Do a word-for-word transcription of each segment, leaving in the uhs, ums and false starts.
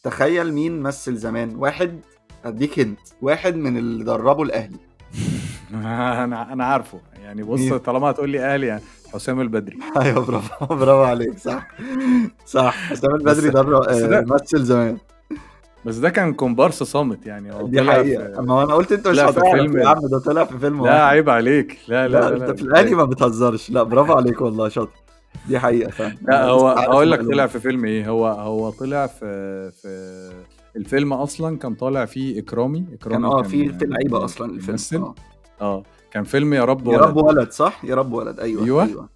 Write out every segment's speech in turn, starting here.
تخيل مين مثل زمان. واحد اديك هنت، واحد من اللي دربوا الاهلي. انا انا عارفه يعني. بص مين؟ طالما هتقول لي اهلي يعني حسام البدري. ايوه برافو برافو عليك، صح صح. حسام بس البدري درب بس آه، ده مثل زمان. بس ده كان كومبارس صامت يعني. هو دي طلع حقيقة، في اما انا قلت انت مش طلع في هتعرف يا فيلم. عم، ده طلع في فيلم لا واحد. عيب عليك، لا لا لا لا انت لا في الاهلي ازاي. ما بتهزرش. لا برافو عليك والله، شاطر. دي حقيقة فعلا، لا انا هو لسه عارف هقول لك المعلومة. طلع في فيلم ايه. هو هو طلع في في الفيلم اصلا. كان طالع فيه اكرامي. كان اكرامي اه كان في في لعيبة بي- اصلا الفيلم. بيمثل. اه اه كان فيلم يا رب يا رب ولد. ولد، صح، يا رب ولد. ايوه ايوه. ايوه.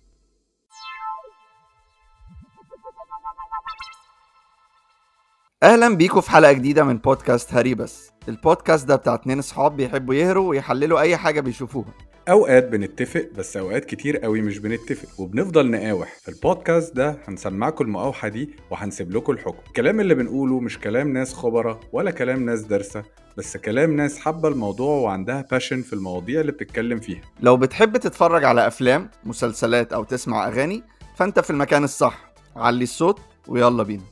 اهلا بيكم في حلقة جديدة من بودكاست هري بس. البودكاست ده بتاع اتنين اصحاب بيحبوا يهروا ويحللوا اي حاجة بيشوفوها. اوقات بنتفق بس اوقات كتير قوي مش بنتفق وبنفضل نقاوح. في البودكاست ده هنسمعكم المقاوحة دي وهنسيب لكم الحكم. الكلام اللي بنقوله مش كلام ناس خبرة ولا كلام ناس دارسة، بس كلام ناس حابة الموضوع وعندها باشن في المواضيع اللي بتتكلم فيها. لو بتحب تتفرج على افلام، مسلسلات او تسمع اغاني، فانت في المكان الصح. علي الصوت ويلا بينا.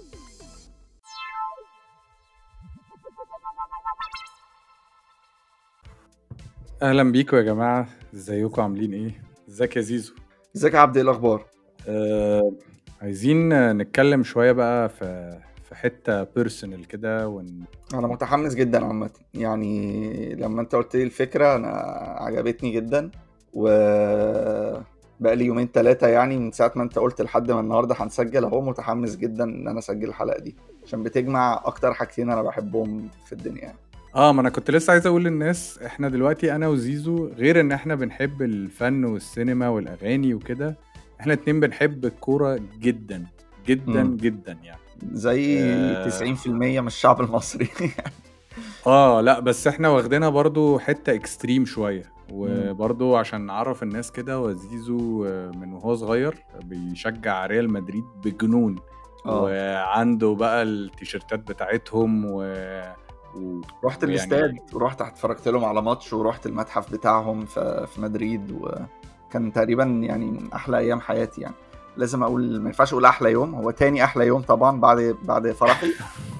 اهلا بيكم يا جماعة، ازيكم عاملين ايه؟ ازيك يا زيزو؟ ازيك يا عبد، ايه الاخبار؟ آه، عايزين نتكلم شوية بقى في في حتة بيرسونال كده ون... انا متحمس جدا عامه، يعني لما انت قلت لي الفكره انا عجبتني جدا، و بقى لي يومين ثلاثه يعني من ساعه ما انت قلت لحد ما النهارده هنسجل اهو. متحمس جدا ان انا اسجل الحلقه دي عشان بتجمع اكتر حاجتين انا بحبهم في الدنيا يعني. اه ما انا كنت لسه عايز اقول للناس احنا دلوقتي انا وزيزو غير ان احنا بنحب الفن والسينما والاغاني وكده، احنا اتنين بنحب الكورة جدا جدا مم. جدا يعني. زي آه, تسعين في المية من الشعب المصري. اه لا بس احنا واخدينها برضو حتة اكستريم شوية. مم. وبرضو عشان نعرف الناس كده، وزيزو آه، من وهو صغير بيشجع ريال مدريد بجنون. اه وعنده بقى التيشيرتات بتاعتهم و... و... رحت ويعني الاستاد ورحت اتفرجت لهم على ماتش، ورحت المتحف بتاعهم في في مدريد، وكان تقريبا يعني من احلى ايام حياتي يعني. لازم اقول، ما ينفعش اقول احلى يوم، هو تاني احلى يوم طبعا بعد بعد فرحي.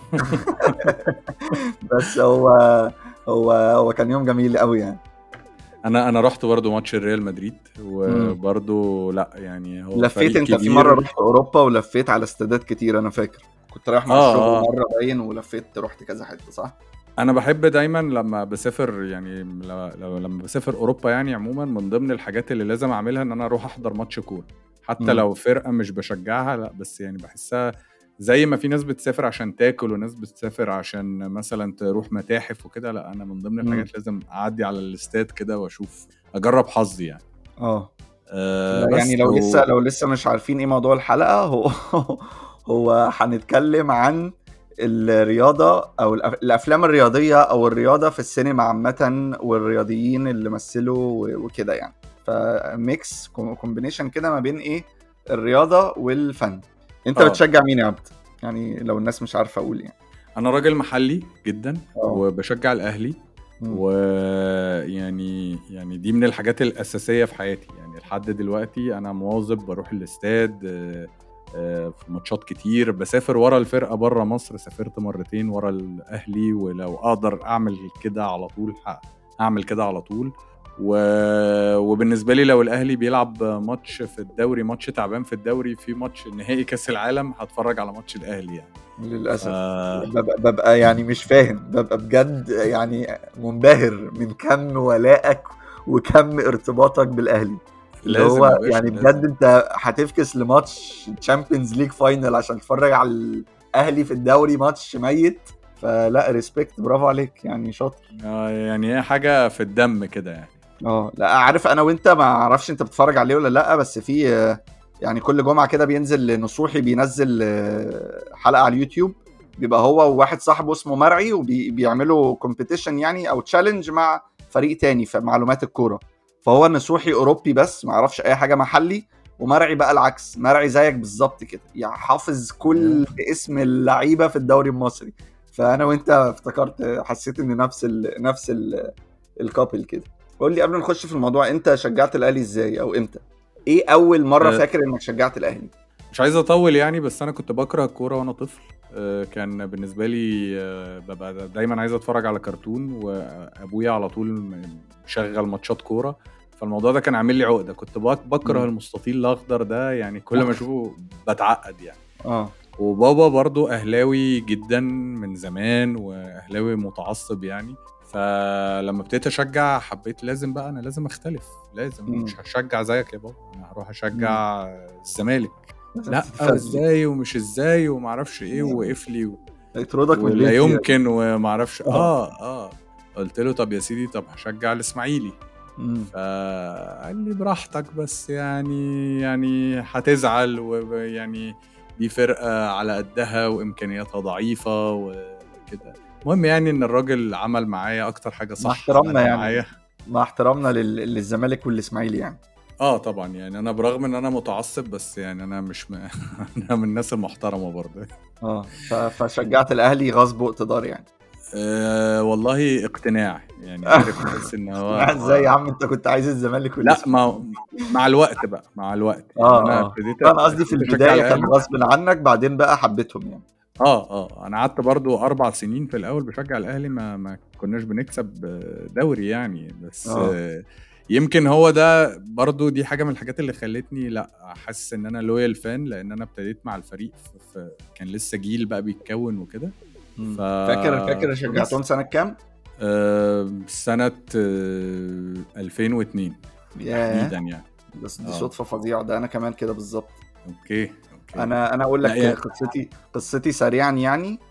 بس هو هو هو كان يوم جميل قوي يعني. انا انا رحت برضو ماتش الريال مدريد، مم. وبرضو لا يعني هو لفيت فريق انت في كبير. مره رحت اوروبا ولفيت على استادات كتير، انا فاكر كنت رايح مع اه الشغل اه مره باين، ولفيت رحت كذا حته، صح؟ انا بحب دايما لما بسافر يعني لما, لما بسافر اوروبا يعني عموما من ضمن الحاجات اللي لازم اعملها ان انا اروح احضر ماتش كوره. حتى مم. لو فرقه مش بشجعها، لا بس يعني بحسها زي ما في ناس بتسافر عشان تاكل وناس بتسافر عشان مثلا تروح متاحف وكده، لا انا من ضمن مم. الحاجات لازم اعدي على الاستاد كده واشوف، اجرب حظي يعني. اه أه لا يعني بس لو لسه و... لو لسه مش عارفين ايه موضوع الحلقة، هو هو هنتكلم عن الرياضة او الأف- الافلام الرياضية او الرياضة في السينما عامة، والرياضيين اللي مثلوا و- وكده يعني. فميكس كومبينيشن كده ما بين ايه، الرياضة والفن. انت اه بتشجع مين يا عبد؟ يعني لو الناس مش عارفة اقول يعني. انا راجل محلي جدا اه وبشجع الاهلي. مم. ويعني يعني دي من الحاجات الاساسيه في حياتي يعني. لحد دلوقتي انا مواظب بروح الاستاد آه، آه، في ماتشات كتير. بسافر ورا الفرقه بره مصر، سافرت مرتين ورا الاهلي، ولو اقدر اعمل كده على طول ح- هعمل كده على طول. و... وبالنسبه لي لو الاهلي بيلعب ماتش في الدوري، ماتش تعبان في الدوري، في ماتش نهائي كاس العالم، هتفرج على ماتش الاهلي يعني. ف... للأسف ببقى, ببقى يعني مش فاهم، ببقى بجد يعني منبهر من كم ولائك وكم ارتباطك بالأهلي. اللي لازم هو يا باشا يعني بجد لازم. انت هتفكس لماتش تشامبيونز ليج فاينل عشان تتفرج على الأهلي في الدوري ماتش ميت. فلا ريسبكت، برافو عليك يعني، شاطر. آه يعني هي حاجة في الدم كده يعني. اه لا عارف، انا وانت ما اعرفش انت بتتفرج عليه ولا لا، بس في آه، يعني كل جمعة كده بينزل نصوحي، بينزل آه، حلقة على اليوتيوب، بيبقى هو وواحد صاحبه اسمه مرعي، وبيعملوا كومبيتيشن يعني او تشالنج مع فريق تاني في معلومات الكورة. فهو نصوحي اوروبي بس ما يعرفش اي حاجة محلي، ومرعي بقى العكس، مرعي زيك بالظبط كده يعني حافظ كل اسم اللعيبة في الدوري المصري. فانا وانت افتكرت، حسيت ان نفس ال نفس ال الكابل كده. قول لي قبل ما نخش في الموضوع، انت شجعت الاهلي ازاي او امتى؟ ايه اول مره آه فاكر انك شجعت الاهلي؟ مش عايز اطول يعني، بس انا كنت بكره الكورة وانا طفل. آه، كان بالنسبه لي آه، ببقى دايما عايز اتفرج على كرتون، وابويا على طول م- مشغل ماتشات كوره. فالموضوع ده كان عامل لي عقده، كنت بك- بكره مم. المستطيل الاخضر ده، يعني كل ما اشوفه بتعقد يعني. اه وبابا برضو اهلاوي جدا من زمان، واهلاوي متعصب يعني. فلما ابتديت اشجع حبيت لازم بقى انا لازم اختلف، لازم مم. مش هشجع زيك يا بابا، انا هروح مم. اشجع الزمالك. لازم لا تتفزلك، وازاي ومش ازاي ومعرفش ايه، ووقف لي و... يطردك من ولا البيت فيها دي. يمكن ومعرفش اه. اه اه قلت له طب يا سيدي، طب هشجع الاسماعيلي. مم. فقال لي براحتك، بس يعني يعني هتزعل، ويعني دي فرقة على قدها وإمكانياتها ضعيفة وكده. المهم يعني إن الراجل عمل معايا أكتر حاجة مع صح احترامنا عملها يعني، معايا. مع احترامنا لل... للزمالك والاسماعيلي يعني. اه طبعا، يعني أنا برغم إن أنا متعصب، بس يعني أنا مش م... أنا من الناس المحترمة برضه. اه ف... فشجعت الاهلي غصب واقتدار يعني. أه والله اقتناع، يعني عارف تحس إن هو اقتناع ازاي يا آه عم؟ انت كنت عايز الزمالك لا، والاسماعيلي. مع مع الوقت بقى، مع الوقت يعني اه أنا اه ابتديت فانا قصدي في ابتديت أشجع البدايه كان الأهلي. غصب عنك، بعدين بقى حبيتهم يعني. اه اه انا قعدت برضو اربع سنين في الاول بشجع الاهلي، ما ما كناش بنكسب آه، دوري يعني، بس اه. آه، يمكن هو ده برضو، دي حاجه من الحاجات اللي خلتني لا حاسس ان انا لويال فان، لان انا ابتديت مع الفريق في في- كان لسه جيل بقى بيتكون وكده. ف مم. فاكر فاكر فبس شجعتهم سنه كام؟ آه، سنه آه، ألفين واثنين ياه، تحديدا يعني. بس دي اه صدفه فظيعه، ده انا كمان كده بالظبط. اوكي اوكي. انا انا اقول لا لك يا قصتي قصتي سريعا يعني.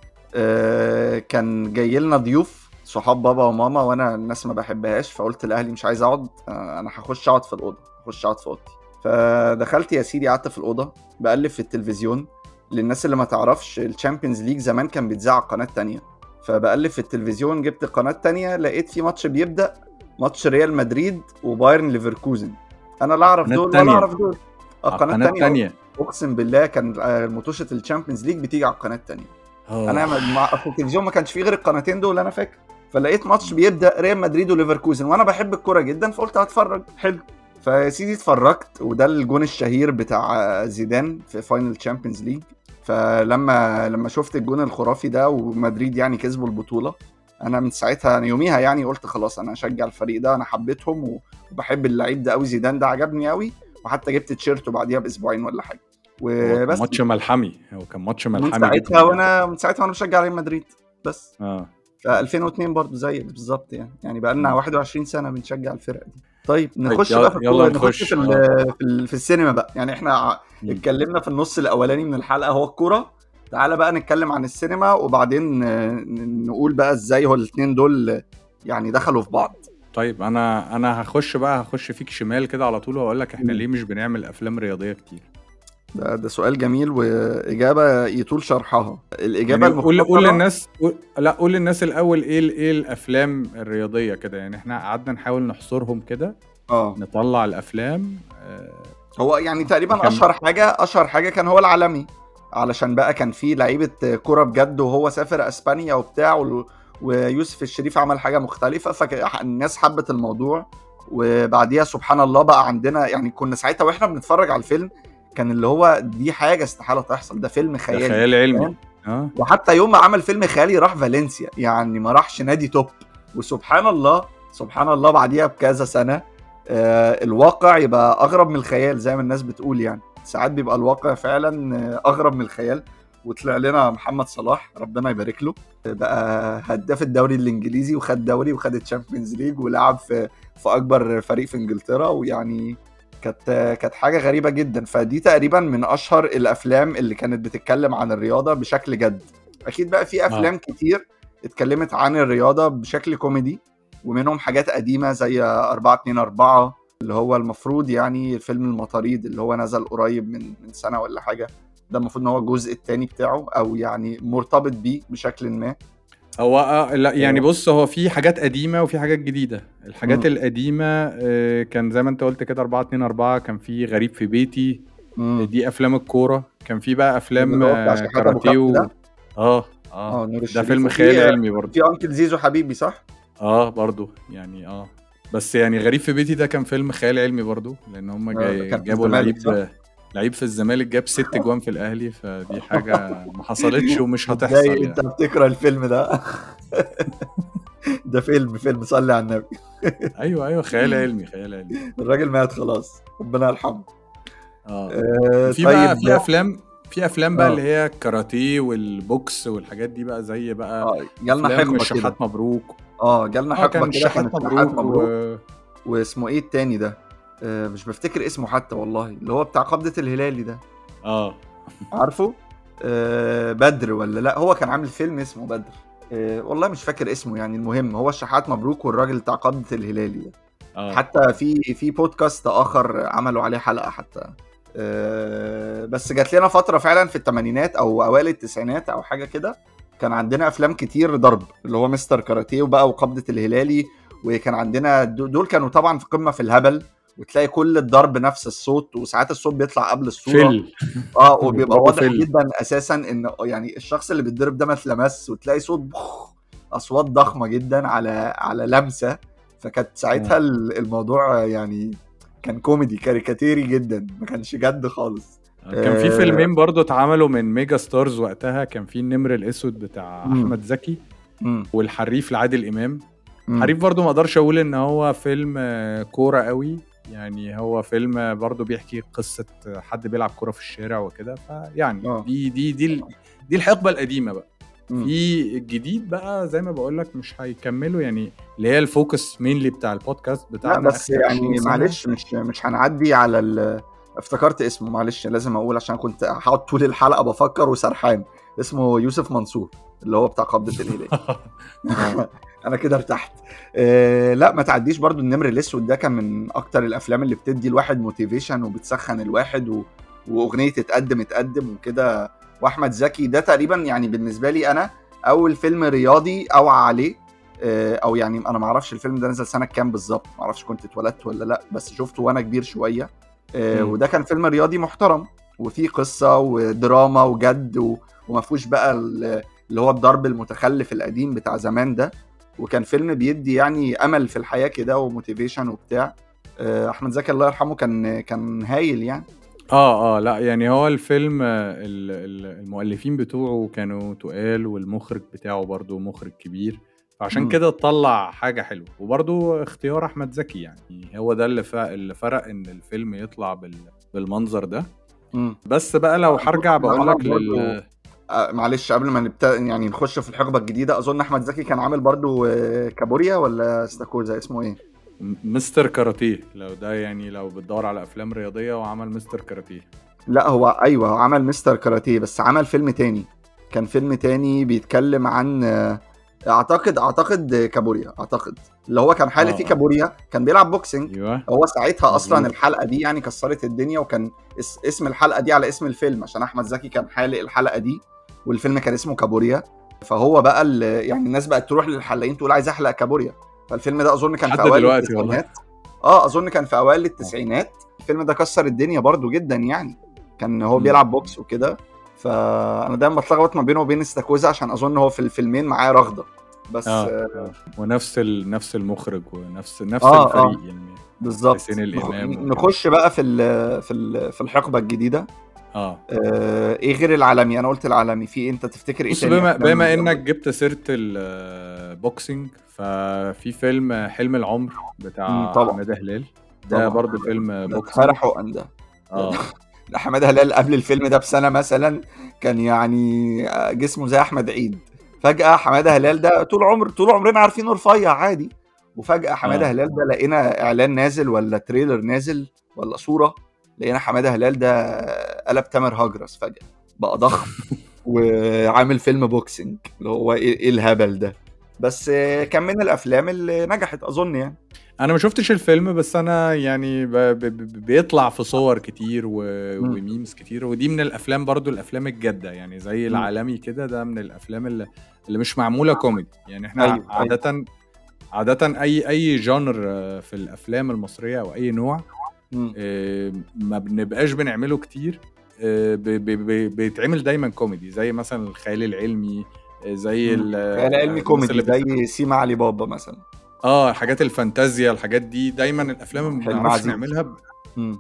آه كان جاي لنا ضيوف صحاب بابا وماما، وانا الناس ما بحبهاش، فقلت الاهلي مش عايز اقعد، آه انا هخش اقعد في الاوضه، هخش اقعد في اوضتي. فدخلت يا سيدي، قعدت في الاوضه بقلب في التلفزيون. للناس اللي ما تعرفش، الشامبيونز ليج زمان كان بيتذاع على قناه تانية، فبقلب في التلفزيون جبت قناه تانية، لقيت في ماتش بيبدا، ماتش ريال مدريد وبايرن ليفركوزن. انا لا اعرف القناه دول ولا التانية، اعرف دول. على القناه القناه التانية، التانية. اقسم بالله كان آه، مطوشه الشامبيونز ليج بتيجي على القناه التانية. اه انا مع في التلفزيون ما كانش فيه غير القناتين دول انا فاكر. فلقيت ماتش بيبدا ريال مدريد وليفركوزن، وانا بحب الكوره جدا، فقلت هتفرج حلو. فيا سيدي اتفرجت، وده الجون الشهير بتاع زيدان في فاينل تشامبيونز ليج. فلما لما شفت الجون الخرافي ده ومدريد يعني كسبوا البطوله، انا من ساعتها، أنا يوميها يعني قلت خلاص انا هشجع الفريق ده، انا حبيتهم وبحب اللعيب ده قوي، زيدان ده عجبني قوي. وحتى جبت تيشيرته بعديها باسبوعين ولا حاجه هو كان وبس. ماتش ملحمي، هو كان ماتش من ملحمي جدا ساعتها يعني. وانا من ساعتها وانا بشجع ريال مدريد بس. اه ف ألفين واثنين برضو زيك بالظبط يعني، يعني بقى لنا مم. واحد وعشرين سنه بنشجع الفرقه دي. طيب طيب نخش بقى يلا في يلا الكورة، نخش في نخش ال اه في, ال في السينما بقى يعني. احنا ع- مم. اتكلمنا في النص الاولاني من الحلقه هو الكوره. تعالى بقى نتكلم عن السينما، وبعدين آه، ن- نقول بقى ازاي هو الاثنين دول آه، يعني دخلوا في بعض. طيب انا انا هخش بقى هخش فيك شمال كده على طول، واقول لك احنا مم. ليه مش بنعمل افلام رياضيه كتير. ده, ده سؤال جميل واجابه يطول شرحها. الاجابه يعني قول قول المختصره، للناس قول لا قول للناس الاول ايه ال- ايه الافلام الرياضيه كده، يعني احنا قعدنا نحاول نحصرهم كده، اه نطلع الافلام آه هو يعني تقريبا كم. اشهر حاجه اشهر حاجه كان هو العالمي، علشان بقى كان في لعيبه كوره بجد، وهو سافر اسبانيا وبتاع و- ويوسف الشريف عمل حاجه مختلفه، فالناس حبت الموضوع. وبعديها سبحان الله بقى عندنا، يعني كنا ساعتها واحنا بنتفرج على الفيلم، كان اللي هو دي حاجه استحاله تحصل، ده فيلم ده خيالي، خيال علمي. فاهم؟ اه وحتى يوم ما عمل فيلم خيالي راح فالنسيا، يعني ما راحش نادي توب. وسبحان الله سبحان الله بعديها بكذا سنة، آه الواقع يبقى أغرب من الخيال زي ما الناس بتقول، يعني ساعات بيبقى الواقع فعلا آه، أغرب من الخيال. وطلع لنا محمد صلاح ربنا يبارك له، آه، بقى هداف الدوري الإنجليزي، وخد دوري وخد الشامبيونز ليج، ولعب في في أكبر فريق في إنجلترا، ويعني كانت كانت حاجة غريبة جدا. فدي تقريبا من أشهر الأفلام اللي كانت بتتكلم عن الرياضة بشكل جد. أكيد بقى في اه أفلام كتير اتكلمت عن الرياضة بشكل كوميدي، ومنهم حاجات قديمة زي أربعة اتنين أربعة، اللي هو المفروض يعني فيلم المطاريد اللي هو نزل قريب من من سنة ولا حاجة. ده المفروض ان هو الجزء الثاني بتاعه، او يعني مرتبط بيه بشكل ما. هو آه لا يعني آه، بص، هو في حاجات قديمة وفي حاجات جديدة. الحاجات مم. القديمة آه، كان زي ما انت قلت كده أربعة اتنين أربعة، كان في غريب في بيتي، مم. دي أفلام الكورة. كان في بقى أفلام اللي هو بتاع آه، شحات ابو كاراتيه كف و... ده. اه اه اه نور ده الشريف، فيلم خيال وفي علمي برضو. في انكل زيزو حبيبي صح. اه برضو يعني اه بس يعني غريب في بيتي ده كان فيلم خيال علمي برضو، لأن هم آه، ده جاي كان في جابوا الزمالك لعيب. صح. لعيب في الزمالك جاب ست جوان في الاهلي، فدي حاجه ما حصلتش ومش هتحصل ازاي يعني. انت بتكره الفيلم ده؟ ده فيلم فيلم صلي على النبي. ايوه ايوه خيال علمي خيال علمي. الراجل مات خلاص، ربنا يرحمه. اه آه في طيب. بقى في افلام في افلام بقى اه اللي هي الكاراتيه والبوكس والحاجات دي بقى، زي بقى اه جالنا افلام حقبه كده. الشحات مبروك. اه جالنا اه حقبه كان كده، كان الشحات الشحات مبروك و... مبروك. واسمه ايه التاني ده؟ آه مش بفتكر اسمه حتى والله، اللي هو بتاع قبضة الهلالي ده، اه عارفه؟ آه بدر ولا لا؟ هو كان عامل فيلم اسمه بدر، آه والله مش فاكر اسمه يعني. المهم هو الشحات مبروك والراجل بتاع قبضة الهلالي ده. اه حتى في في بودكاست اخر عملوا عليه حلقة حتى. آه بس جات لنا فترة فعلا في الثمانينات او اوائل التسعينات او حاجة كده، كان عندنا افلام كتير ضرب، اللي هو مستر كاراتيه وبقى وقبضة الهلالي. وكان عندنا دول كانوا طبعا في قمة في الهبل، وتلاقي كل الضرب نفس الصوت، وساعات الصوت بيطلع قبل الصورة. فيل اه وبيبقى بيضربوا واضح فيل. جدا اساسا ان يعني الشخص اللي بيتضرب ده ما اتلمس، وتلاقي صوت بخ، اصوات ضخمه جدا على على لمسه. فكانت ساعتها آه. الموضوع يعني كان كوميدي كاريكاتيري جدا، ما كانش جد خالص. كان في آه فيلمين برضو اتعملوا من ميجا ستارز وقتها، كان في النمر الاسود بتاع مم. احمد زكي مم. والحريف لعادل امام. مم. حريف برضو ما اقدرش اقول ان هو فيلم كوره قوي يعني، هو فيلم برضو بيحكي قصه حد بيلعب كوره في الشارع وكده، فيعني آه. دي دي دي دي الحقبه القديمه بقى. مم. في الجديد بقى زي ما بقول لك مش هيكملوا يعني، اللي هي الفوكس مينلي بتاع البودكاست لا بتاعنا بس اخر عشرين يعني سنة. معلش مش مش هنعدي على ال... افتكرت اسمه، معلش لازم اقول عشان كنت هقعد طول الحلقه بفكر وسرحان. اسمه يوسف منصور، اللي هو بتاع قبضة الهلال. انا كده ارتحت. آه لا ما تعديش برضو النمر الاسود ده، كان من اكتر الافلام اللي بتدي الواحد موتيفيشن وبتسخن الواحد و... واغنيه اتقدم اتقدم وكده. واحمد زكي ده تقريبا يعني بالنسبه لي انا اول فيلم رياضي اوعى عليه. آه او يعني انا ما اعرفش الفيلم ده نزل سنه كام بالظبط، ما اعرفش كنت اتولدت ولا لا، بس شفته وانا كبير شويه. آه وده كان فيلم رياضي محترم، وفيه قصه ودراما وجد و... وما فيهوش بقى اللي هو الضرب المتخلف القديم بتاع زمان ده. وكان فيلم بيدي يعني امل في الحياه كده وموتيفيشن وبتاع. احمد زكي الله يرحمه كان كان هايل يعني. اه اه لا يعني هو الفيلم المؤلفين بتوعه كانوا تقال، والمخرج بتاعه برضو مخرج كبير، فعشان م. كده طلع حاجة حلوة. وبرضو اختيار احمد زكي يعني هو ده اللي, اللي فرق ان الفيلم يطلع بال... بالمنظر ده. م. بس بقى لو هرجع بقولك لل آه معلش قبل ما نبتدي يعني نخش في الحقبة الجديدة، اظن احمد زكي كان عامل برضو آه كابوريا ولا استاكوزا، اسمه ايه؟ مستر كاراتيه. لو ده يعني لو بتدور على افلام رياضيه وعمل مستر كاراتيه. لا هو ايوه هو عمل مستر كاراتيه، بس عمل فيلم تاني. كان فيلم تاني بيتكلم عن اعتقد اعتقد كابوريا، اعتقد اللي هو كان حالي فيه كابوريا، كان بيلعب بوكسنج. أيوة. هو ساعتها اصلا الحلقه دي يعني كسرت الدنيا، وكان اسم الحلقه دي على اسم الفيلم عشان احمد زكي كان حالق الحلقه دي، والفيلم كان اسمه كابوريا. فهو بقى يعني الناس بقت تروح للحلاقين تقول عايز احلق كابوريا. فالفيلم ده اظن كان في اوائل التسعينات. اه اظن كان في اوائل التسعينات. الفيلم ده كسر الدنيا برضو جدا يعني، كان هو بيلعب بوكس وكده. فانا دايما بتلخبط ما بينه وبين استاكوزا عشان اظن هو في الفيلمين معاه رغده بس. آه. آه. ونفس ال... نفس المخرج ونفس نفس آه الفريق آه. يعني بالظبط. نخش بقى في ال في ال في الحقبه الجديده. اه, آه ايه غير العالمي؟ انا قلت العالمي، في انت تفتكر ايه تاني؟ بما, بما انك جبت سيره البوكسنج، ففي فيلم حلم العمر بتاع حماده هلال ده برضه فيلم بوكسنج فرحه ان ده اه حماده هلال قبل الفيلم ده بسنه مثلا كان يعني جسمه زي احمد عيد. فجاه حماده هلال ده طول عمر طول عمرنا عارفينه رفيع عادي، وفجاه حماده آه. هلال ده لقينا اعلان نازل ولا تريلر نازل ولا صوره، لقينا حماده هلال ده قلب تامر هجرس فجاه بقى ضخم وعامل فيلم بوكسنج اللي هو ايه الهبل ده. بس كان من الافلام اللي نجحت اظن يعني. انا ما شفتش الفيلم، بس انا يعني ب... ب... بيطلع في صور كتير و... وميمز كتير، ودي من الافلام برضو الافلام الجاده يعني زي م. العالمي كده، ده من الافلام اللي, اللي مش معموله كوميدي يعني. احنا أيوة. عاده أيوة. عاده اي اي جانر في الافلام المصريه او اي نوع اه ما بنبقاش بنعمله كتير، اه ب... ب... ب... بيتعمل دايما كوميدي، زي مثلا الخيال العلمي، زي الخيال العلمي كوميدي زي سيما علي بابا مثلا. اه حاجات الفانتازيا، الحاجات دي دايما الافلام اللي ما بنعرفش نعملها ب...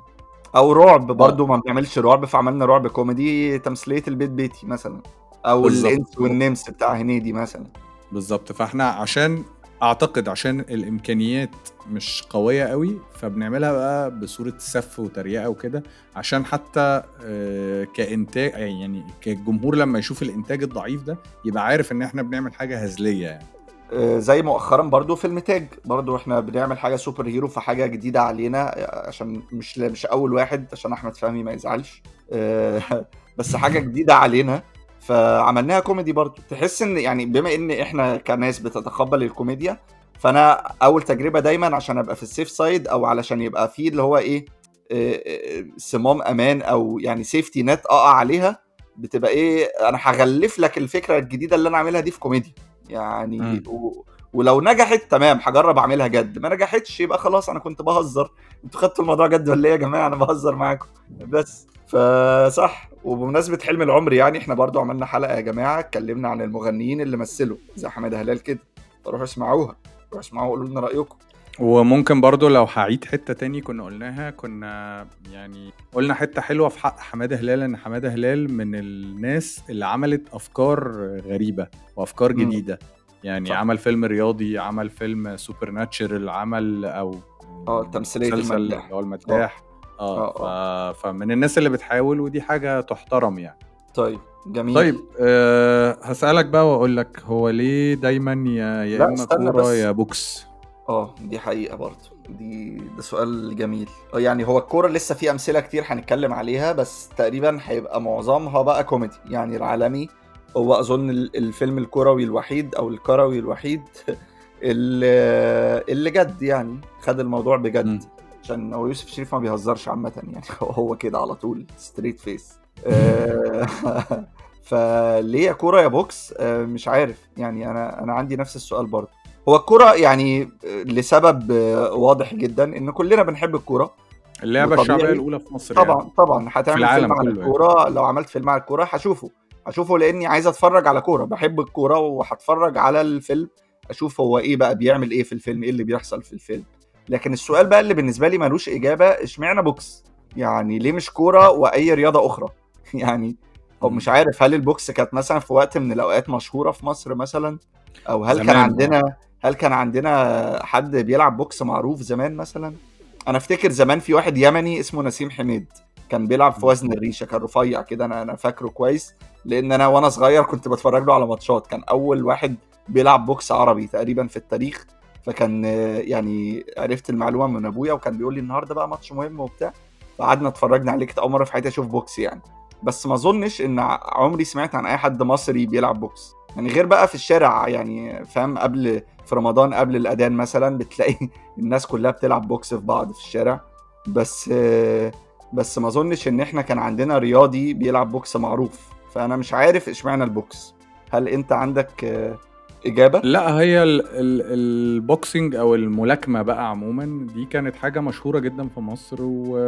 او رعب اه برضو ما بنعملش رعب، فعملنا رعب كوميدي، تمثيليه البيت بيتي مثلا، او بالظبط الانس والنمس بتاع هنيدي مثلا. بالظبط. فاحنا عشان اعتقد عشان الامكانيات مش قويه قوي، فبنعملها بقى بصوره سف وتريقه وكده، عشان حتى آه، كانتاج يعني كالجمهور لما يشوف الانتاج الضعيف ده يبقى عارف ان احنا بنعمل حاجه هزليه يعني. آه، زي مؤخرا برضو فيلم تاج، برضو احنا بنعمل حاجه سوبر هيرو، فحاجه جديده علينا، آه، عشان مش مش اول واحد، عشان احمد فهمي ما يزعلش. آه، بس حاجه جديده علينا، فعملناها كوميدي برضو. تحس ان يعني بما ان احنا كناس بتتقبل الكوميديا، فانا اول تجربه دايما عشان ابقى في السيف سايد، او علشان يبقى فيه اللي هو ايه، آه، آه، صمام امان، او يعني سيفتي نت اقع عليها، بتبقى ايه، انا هغلف لك الفكره الجديده اللي انا عاملها دي في كوميديا يعني. مم. و... ولو نجحت تمام هجرب اعملها جد، ما نجحتش يبقى خلاص انا كنت بهزر، انتوا خدتوا الموضوع جد ولا ايه يا جماعه، انا بهزر معاكم بس. فصح. وبمناسبه حلم العمر، يعني احنا برضو عملنا حلقه يا جماعه اتكلمنا عن المغنيين اللي مثلوا زي حماده هلال كده، فروحوا اسمعوها، روحوا اسمعوها وقولوا لنا رايكم. وممكن برضو لو هعيد حتة تاني كنا قلناها، كنا يعني قلنا حتة حلوة في حق حمادة هلال، ان حمادة هلال من الناس اللي عملت افكار غريبة وافكار امم جديدة. يعني صح. عمل فيلم رياضي، عمل فيلم سوبر ناتشرال، عمل او اه تمثيليه مسلسل اللي المداح. هو اه المداح. اه اه ف... اه فمن الناس اللي بتحاول، ودي حاجة تحترم يعني. طيب جميل. طيب أه هسألك بقى واقول لك، هو ليه دايما يا يا لا اما استنى كورة بس. يا بوكس؟ اه دي حقيقة برضه، دي ده سؤال جميل. اه يعني هو الكورة لسه في أمثلة كتير هنتكلم عليها، بس تقريبا هيبقى معظمها بقى كوميدي. يعني العالمي هو أظن ال- الفيلم الكروي الوحيد أو الكروي الوحيد اللي, اللي جد، يعني خد الموضوع بجد. مم. عشان هو يوسف شريف ما بيهزرش عامة يعني، هو هو كده على طول ستريت فيس. فليه يا كورة يا بوكس؟ آه، مش عارف يعني، أنا أنا عندي نفس السؤال برضه. هو الكرة يعني لسبب واضح جدا ان كلنا بنحب الكورة، اللعبة الشعبية وطبيعي. الأولى في مصر يعني، طبعا طبعا في هتعمل فيلم العالم عن كله يعني. الكورة، لو عملت فيلم عن الكورة هشوفه، هشوفه لاني عايز اتفرج على كورة، بحب الكورة، وهتفرج على الفيلم اشوف هو ايه بقى بيعمل ايه في الفيلم، ايه اللي بيحصل في الفيلم. لكن السؤال بقى اللي بالنسبة لي ملوش اجابة، اشمعنى بوكس؟ يعني ليه مش كورة واي رياضة اخرى؟ يعني او مش مم. عارف، هل البوكس كانت مثلا في وقت من الاوقات مشهورة في مصر مثلا، او هل كان زمان اه عندنا هل كان عندنا حد بيلعب بوكس معروف زمان مثلا؟ انا افتكر زمان في واحد يمني اسمه نسيم حميد، كان بيلعب في مم. وزن الريشه، كان رفيع كده، انا انا فاكره كويس، لان انا وانا صغير كنت بتفرج له على ماتشات، كان اول واحد بيلعب بوكس عربي تقريبا في التاريخ. فكان آه، يعني عرفت المعلومه من ابويا، وكان بيقول لي النهارده بقى ماتش مهم وبتاع، فقعدنا اتفرجنا عليه. كانت اول مره في حياتي اشوف بوكس يعني. بس ما اظنش ان ع- عمري سمعت عن اي حد مصري بيلعب بوكس، يعني غير بقى في الشارع يعني، فاهم، قبل في رمضان قبل الاذان مثلا بتلاقي الناس كلها بتلعب بوكس في بعض في الشارع. بس بس ما اظنش ان احنا كان عندنا رياضي بيلعب بوكس معروف، فانا مش عارف اشمعنى البوكس. هل انت عندك آه، اجابة؟ لا، هي ال ال البوكسينج او الملاكمة بقى عموما دي كانت حاجة مشهورة جدا في مصر، و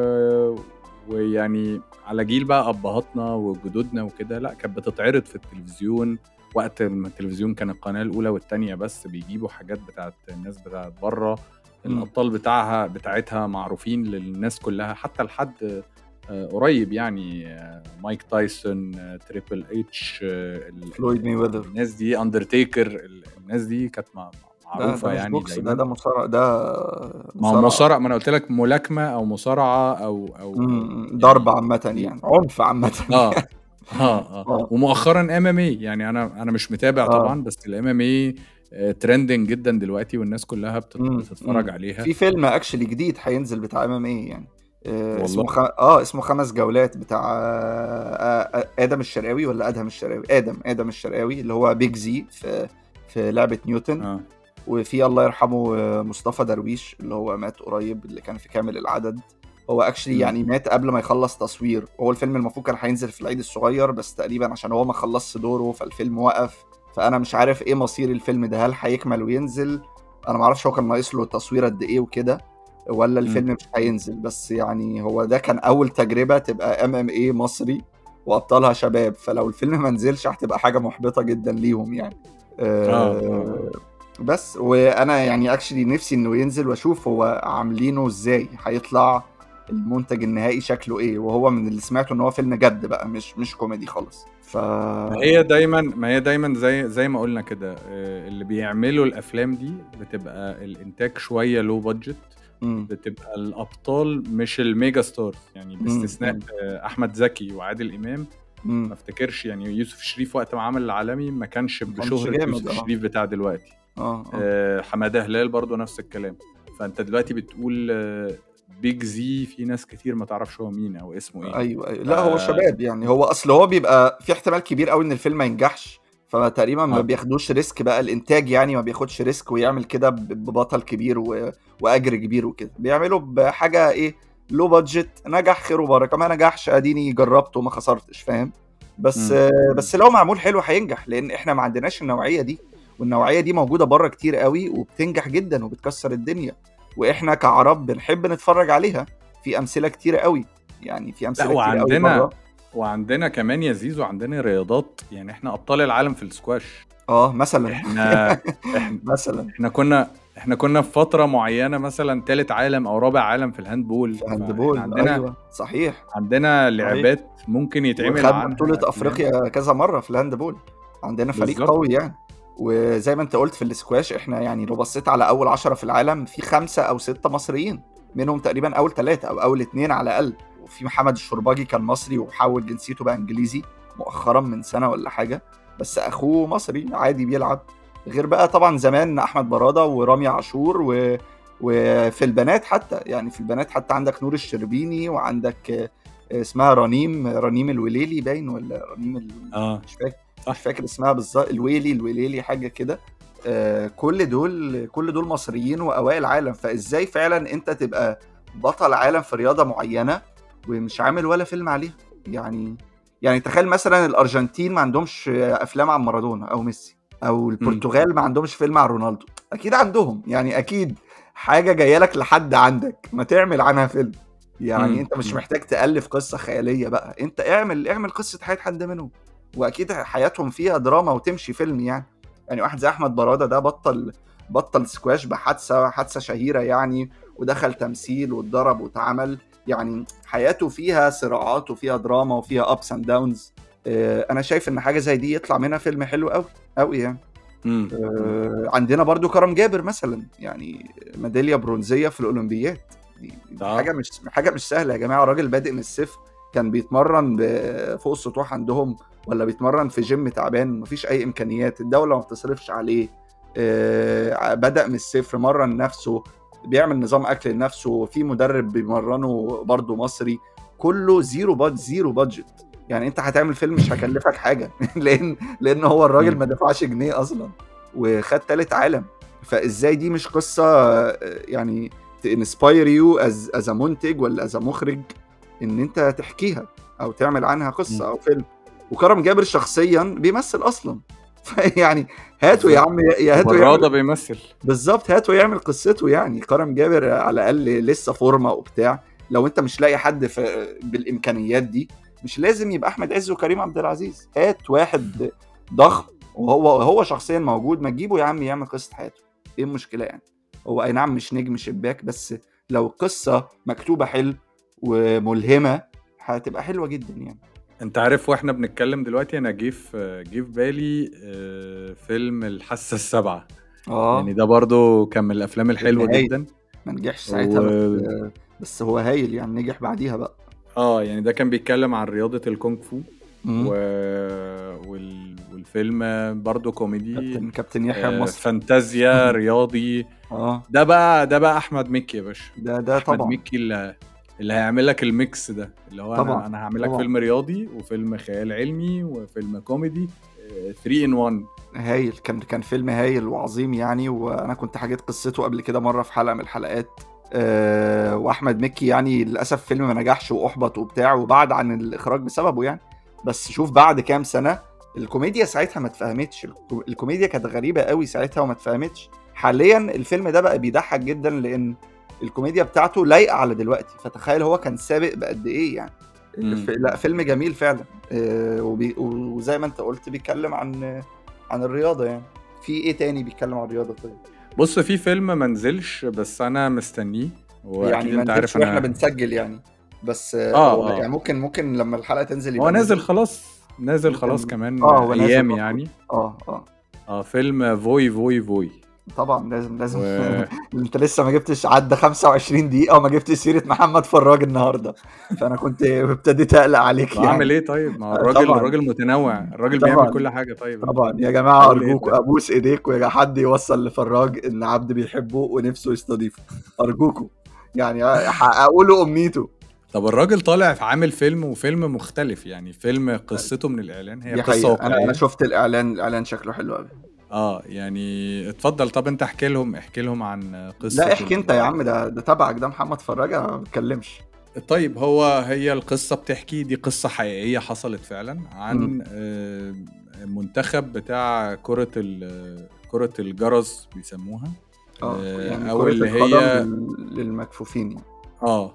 ويعني على جيل بقى ابهاتنا وجدودنا وكده، لا كانت بتتعرض في التلفزيون. وقت ما التلفزيون كان القناة الأولى والتانية بس، بيجيبوا حاجات بتاعت الناس بتاعت بره، مم. الأبطال بتاعها بتاعتها معروفين للناس كلها، حتى لحد آه، قريب يعني. آه، مايك تايسون، آه، تريبل اتش، آه، ال- فلويد مي ال- ويذر. الناس دي، اندرتيكر، ال- الناس دي كانت مع- ده ده معروفة مش يعني بوكس، ده دايما. ده مصارعة، ده ما هو مصارعة. مصارع، ما انا قلت لك ملاكمة او مصارعة او او او مم. ضرب يعني عامة دي. يعني، عنف عامة اه يعني. اه اه اه ومؤخرا ام ام اي، يعني انا انا مش متابع اه طبعا، بس الام ام اي ترندنج جدا دلوقتي، والناس كلها بتت- امم بتتفرج امم عليها. في فيلم اكشلي جديد هينزل بتاع ام ام اي يعني، آه والله اسمه خ... اه اسمه خمس جولات، بتاع آه آه ادم الشرقاوي ولا ادهم الشرقاوي، ادم ادم الشرقاوي اللي هو بيج زي في في لعبة نيوتن. اه وفي الله يرحمه آه، مصطفى درويش اللي هو مات قريب، اللي كان في كامل العدد. هو اكشلي امم يعني مات قبل ما يخلص تصوير. هو الفيلم المفروض كان هينزل في العيد الصغير، بس تقريبا عشان هو ما خلصش دوره فالفيلم وقف. فانا مش عارف ايه مصير الفيلم ده، هل هيكمل وينزل؟ انا ما اعرفش هو كان ناقص له تصوير قد ايه وكده، ولا امم الفيلم مش هينزل. بس يعني هو ده كان اول تجربة تبقى ام ام ايه مصري وابطالها شباب، فلو الفيلم ما نزلش هتبقى حاجة محبطة جدا ليهم يعني. اه اه أه بس وانا يعني اكشلي نفسي انه ينزل واشوف هو عاملينه ازاي، هيطلع المنتج النهائي شكله ايه، وهو من اللي سمعته ان هو فيلم جد بقى، مش مش كوميدي خالص. ف ما هي دايما ما هي دايما زي زي ما قلنا كده، آه، اللي بيعملوا الافلام دي بتبقى الانتاج شويه لو بادجت، مم. بتبقى الابطال مش الميجا ستارز يعني، مم. باستثناء مم. آه، احمد زكي وعادل امام. ما مم. افتكرش يعني يوسف الشريف وقت ما عمل العالمي ما كانش ما كانش بشهرة جامد. يوسف اه الشريف بتاع دلوقتي. اه اه آه، حمادة هلال برضو نفس الكلام. فانت دلوقتي بتقول آه، بيج زي، في ناس كتير ما تعرفش هو مين او اسمه ايه. ايوه ايوه، ف لا هو شباب يعني، هو اصل هو بيبقى في احتمال كبير قوي ان الفيلم ما ينجحش، فتقريبا ما آه. بياخدوش ريسك بقى، الانتاج يعني ما بياخدش ريسك ويعمل كده ب- ببطل كبير و... واجر كبير وكده، بيعملوا بحاجه ايه، لو بادجت، نجح خير وبركه، ما نجحش اديني جربت وما خسرتش، فاهم؟ بس مم. بس لو معمول حلو هينجح، لان احنا ما عندناش النوعيه دي، والنوعيه دي موجوده بره كتير قوي وبتنجح جدا وبتكسر الدنيا، واحنا كعرب بنحب نتفرج عليها. في امثله كتير قوي يعني، في لا، امثله كتير قوي وعندنا بره. وعندنا كمان يا زيزو، عندنا رياضات يعني، احنا ابطال العالم في السكواش. اه مثلا. احنا احنا مثلا احنا كنا احنا كنا في فترة معينة مثلا تالت عالم او رابع عالم في الهاندبول. في فاحنا هاندبول، عندنا ايوه صحيح عندنا صحيح. لعبات ممكن يتعمل وخدنا عنها بطوله افلام. افريقيا كذا مره في الهاندبول، عندنا فريق بالظبط. قوي يعني. وزي ما انت قلت في الاسكواش، احنا يعني لو بصيت على اول عشرة في العالم، في خمسة او ستة مصريين، منهم تقريبا اول ثلاثة او اول اتنين على الاقل. وفي محمد الشرباجي كان مصري وحول جنسيته بقى انجليزي مؤخرا من سنة ولا حاجة، بس اخوه مصري عادي بيلعب. غير بقى طبعا زمان احمد برادة ورامي عاشور و... وفي البنات حتى، يعني في البنات حتى عندك نور الشربيني، وعندك آه، اسمها رنيم رنيم الوليلي باين، ولا رنيم ال... اه مش فاكر صح. مش فاكر اسمها بالظبط، الويلي الويليلي حاجه كده. آه كل دول كل دول مصريين واوائل عالم، فازاي فعلا انت تبقى بطل عالم في رياضه معينه ومش عامل ولا فيلم عليها؟ يعني يعني تخيل مثلا الارجنتين ما عندهمش افلام عن مارادونا او ميسي، او مم. البرتغال ما عندهمش فيلم عن رونالدو، اكيد عندهم يعني، اكيد حاجه جايه لك لحد عندك ما تعمل عنها فيلم. يعني مم. انت مش مم. محتاج تألف قصة خيالية بقى، انت اعمل اعمل قصة حياة حد منهم، واكيد حياتهم فيها دراما وتمشي فيلم يعني. يعني واحد زي احمد برادة ده بطل بطل سكواش بحادثة حادثة شهيرة يعني، ودخل تمثيل واتضرب واتعمل، يعني حياته فيها صراعات وفيها دراما وفيها ابس اند داونز. انا شايف ان حاجة زي دي يطلع منها فيلم حلو قوي قوي يعني. مم. مم. آه، عندنا برضو كرم جابر مثلا، يعني ميدالية برونزية في الأولمبياد، دي دي اه حاجة مش حاجة مش سهلة يا جماعة. الراجل بادئ من الصفر، كان بيتمرن ب- فوق السطوح عندهم، ولا بيتمرن في جيم تعبان مفيش أي إمكانيات، الدولة ما بتصرفش عليه. آه، بدأ من الصفر، مرن نفسه، بيعمل نظام أكل لنفسه، في مدرب بيمرنه برضو مصري، كله زيرو باد زيرو بادجت. يعني انت هتعمل فيلم مش هكلفك حاجة لان لان هو الراجل مم. ما دفعش جنيه اصلا، وخد تالت عالم. فازاي دي مش قصه آه، يعني تنسباير يو از از منتج ولا از مخرج، ان انت تحكيها او تعمل عنها قصه مم. او فيلم؟ وكرم جابر شخصيا بيمثل اصلا فيعني هاتوا يا بالظبط. عم، يا هاتوا وبرادة يعمل بيمثل. بالظبط، هاتوا يعمل قصته. يعني كرم جابر على الاقل لسه فورمه وبتاع، لو انت مش لاقي حد في بالامكانيات دي، مش لازم يبقى احمد عز وكريم عبد العزيز، هات واحد ضخم وهو هو شخصيا موجود، ما تجيبه يا عم يعمل قصه حياته، ايه المشكله يعني؟ هو اي نعم مش نجم شباك، بس لو قصه مكتوبه حلو وملهمه هتبقى حلوه جدا يعني. انت عارف، واحنا بنتكلم دلوقتي انا جه في جه في بالي آه، فيلم الحاسة السابعة. يعني اه ده برضو كان من الافلام فيلم الحلوة هايل، جدا. ما نجحش ساعتها، بس و بس هو هايل يعني، نجح بعديها بقى. اه يعني ده كان بيتكلم عن رياضة الكونغ فو. و... امم وال... والفيلم برضو كوميدي، كابتن كابتن يحيى آه، المصري. فانتازيا رياضي. اه ده بقى ده بقى احمد مكي يا باشا. ده ده احمد طبعا مكي اللي اللي هيعمل لك الميكس ده، اللي هو طبعا انا انا هعمل لك طبعا فيلم رياضي وفيلم خيال علمي وفيلم كوميدي، ثلاثة ان واحد. هايل، كان كان فيلم هايل وعظيم يعني، وانا كنت حكيت قصته قبل كده مره في حلقه من الحلقات. أه واحمد مكي يعني للاسف فيلم ما نجحش واحبط وبتاع، وبعد عن الاخراج بسببه يعني. بس شوف بعد كام سنه الكوميديا ساعتها ما اتفهمتش، الكو- الكوميديا كانت غريبه قوي ساعتها وما اتفهمتش. حاليا الفيلم ده بقى بيضحك جدا، لان الكوميديا بتاعته لايقه على دلوقتي، فتخيل هو كان سابق بقد ايه يعني. الف... لا فيلم جميل فعلا. أه وبي... وزي ما انت قلت بيتكلم عن عن الرياضة يعني. في ايه تاني بيتكلم عن الرياضة طيب؟ بص، في فيلم منزلش بس انا مستنيه، واكيد يعني ما انت عارف نزلش واحنا انا. بنسجل يعني، بس آه، اه هو يعني اه ممكن ممكن لما الحلقة تنزل هو يبقى نازل نزل. خلاص، نازل خلاص ممكن كمان اه هو نازل ايام المفروض. يعني. اه اه اه فيلم فوي فوي فوي. طبعا لازم لازم. و انت لسه ما جبتش عدى خمسة وعشرين دقيقة وما جبتش سيرة محمد فراج النهاردة، فانا كنت ابتديت اقلق عليك ما اعمل يعني. ايه طيب؟ ما هو آه، الراجل طبعا الراجل متنوع، الراجل بيعمل طبعا كل حاجة. طيب طبعا انت يا جماعة اقول ايه ارجوكوا طيب؟ ابوس ايديكوا يا حد يوصل لفراج ان عبد بيحبه ونفسه يستضيفه، ارجوكوا يعني حققوا له امنيته. طب الراجل طالع في عامل فيلم، وفيلم مختلف يعني، فيلم قصته من الاعلان هي دي قصة حقيقة، انا انا واقعية. شفت الاعلان، الاعلان شكله حلو قوي. اه يعني اتفضل. طب انت احكي لهم، احكي لهم عن قصة لا احكي انت يا ال... عم، ده ده تبعك ده محمد فراج، انا ما بتكلمش. طيب هو هي القصة بتحكي، دي قصة حقيقية حصلت فعلا امم عن آه، منتخب بتاع كرة ال- كرة الجرس بيسموها. اه آه، يعني او كرة اللي القدم هي لل... للمكفوفين يعني. اه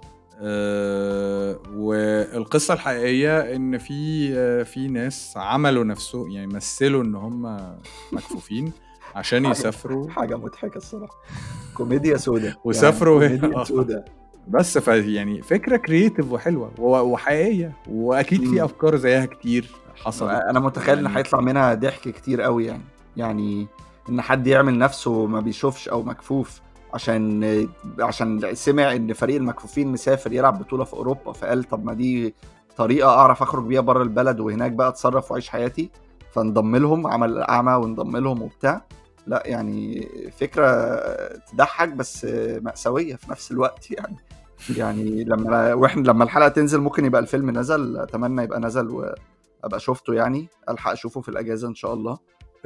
آه، والقصة الحقيقية ان في آه، في ناس عملوا نفسه يعني، مثلوا ان هم مكفوفين عشان حاجة يسافروا. حاجة مضحكة الصراحة، كوميديا سودا يعني، وسافروا كوميديا آه. سودا. بس ف يعني فكرة كرييتيف وحلوة و- وحقيقية، واكيد في امم افكار زيها كتير حصلت انا متخيل ان يعني. هيطلع منها ضحك كتير قوي يعني. يعني ان حد يعمل نفسه ما بيشوفش او مكفوف عشان عشان سمع ان فريق المكفوفين مسافر يلعب بطولة في اوروبا، فقال طب ما دي طريقة اعرف اخرج بيها بره البلد وهناك بقى اتصرف واعيش حياتي، فانضم لهم، عمل اعمى وانضم لهم وبتاع. لا يعني فكرة تضحك بس مأساوية في نفس الوقت يعني. يعني لما واحنا لما الحلقة تنزل ممكن يبقى الفيلم نزل، اتمنى يبقى نزل وابقى شفته يعني، الحق اشوفه في الاجازة ان شاء الله.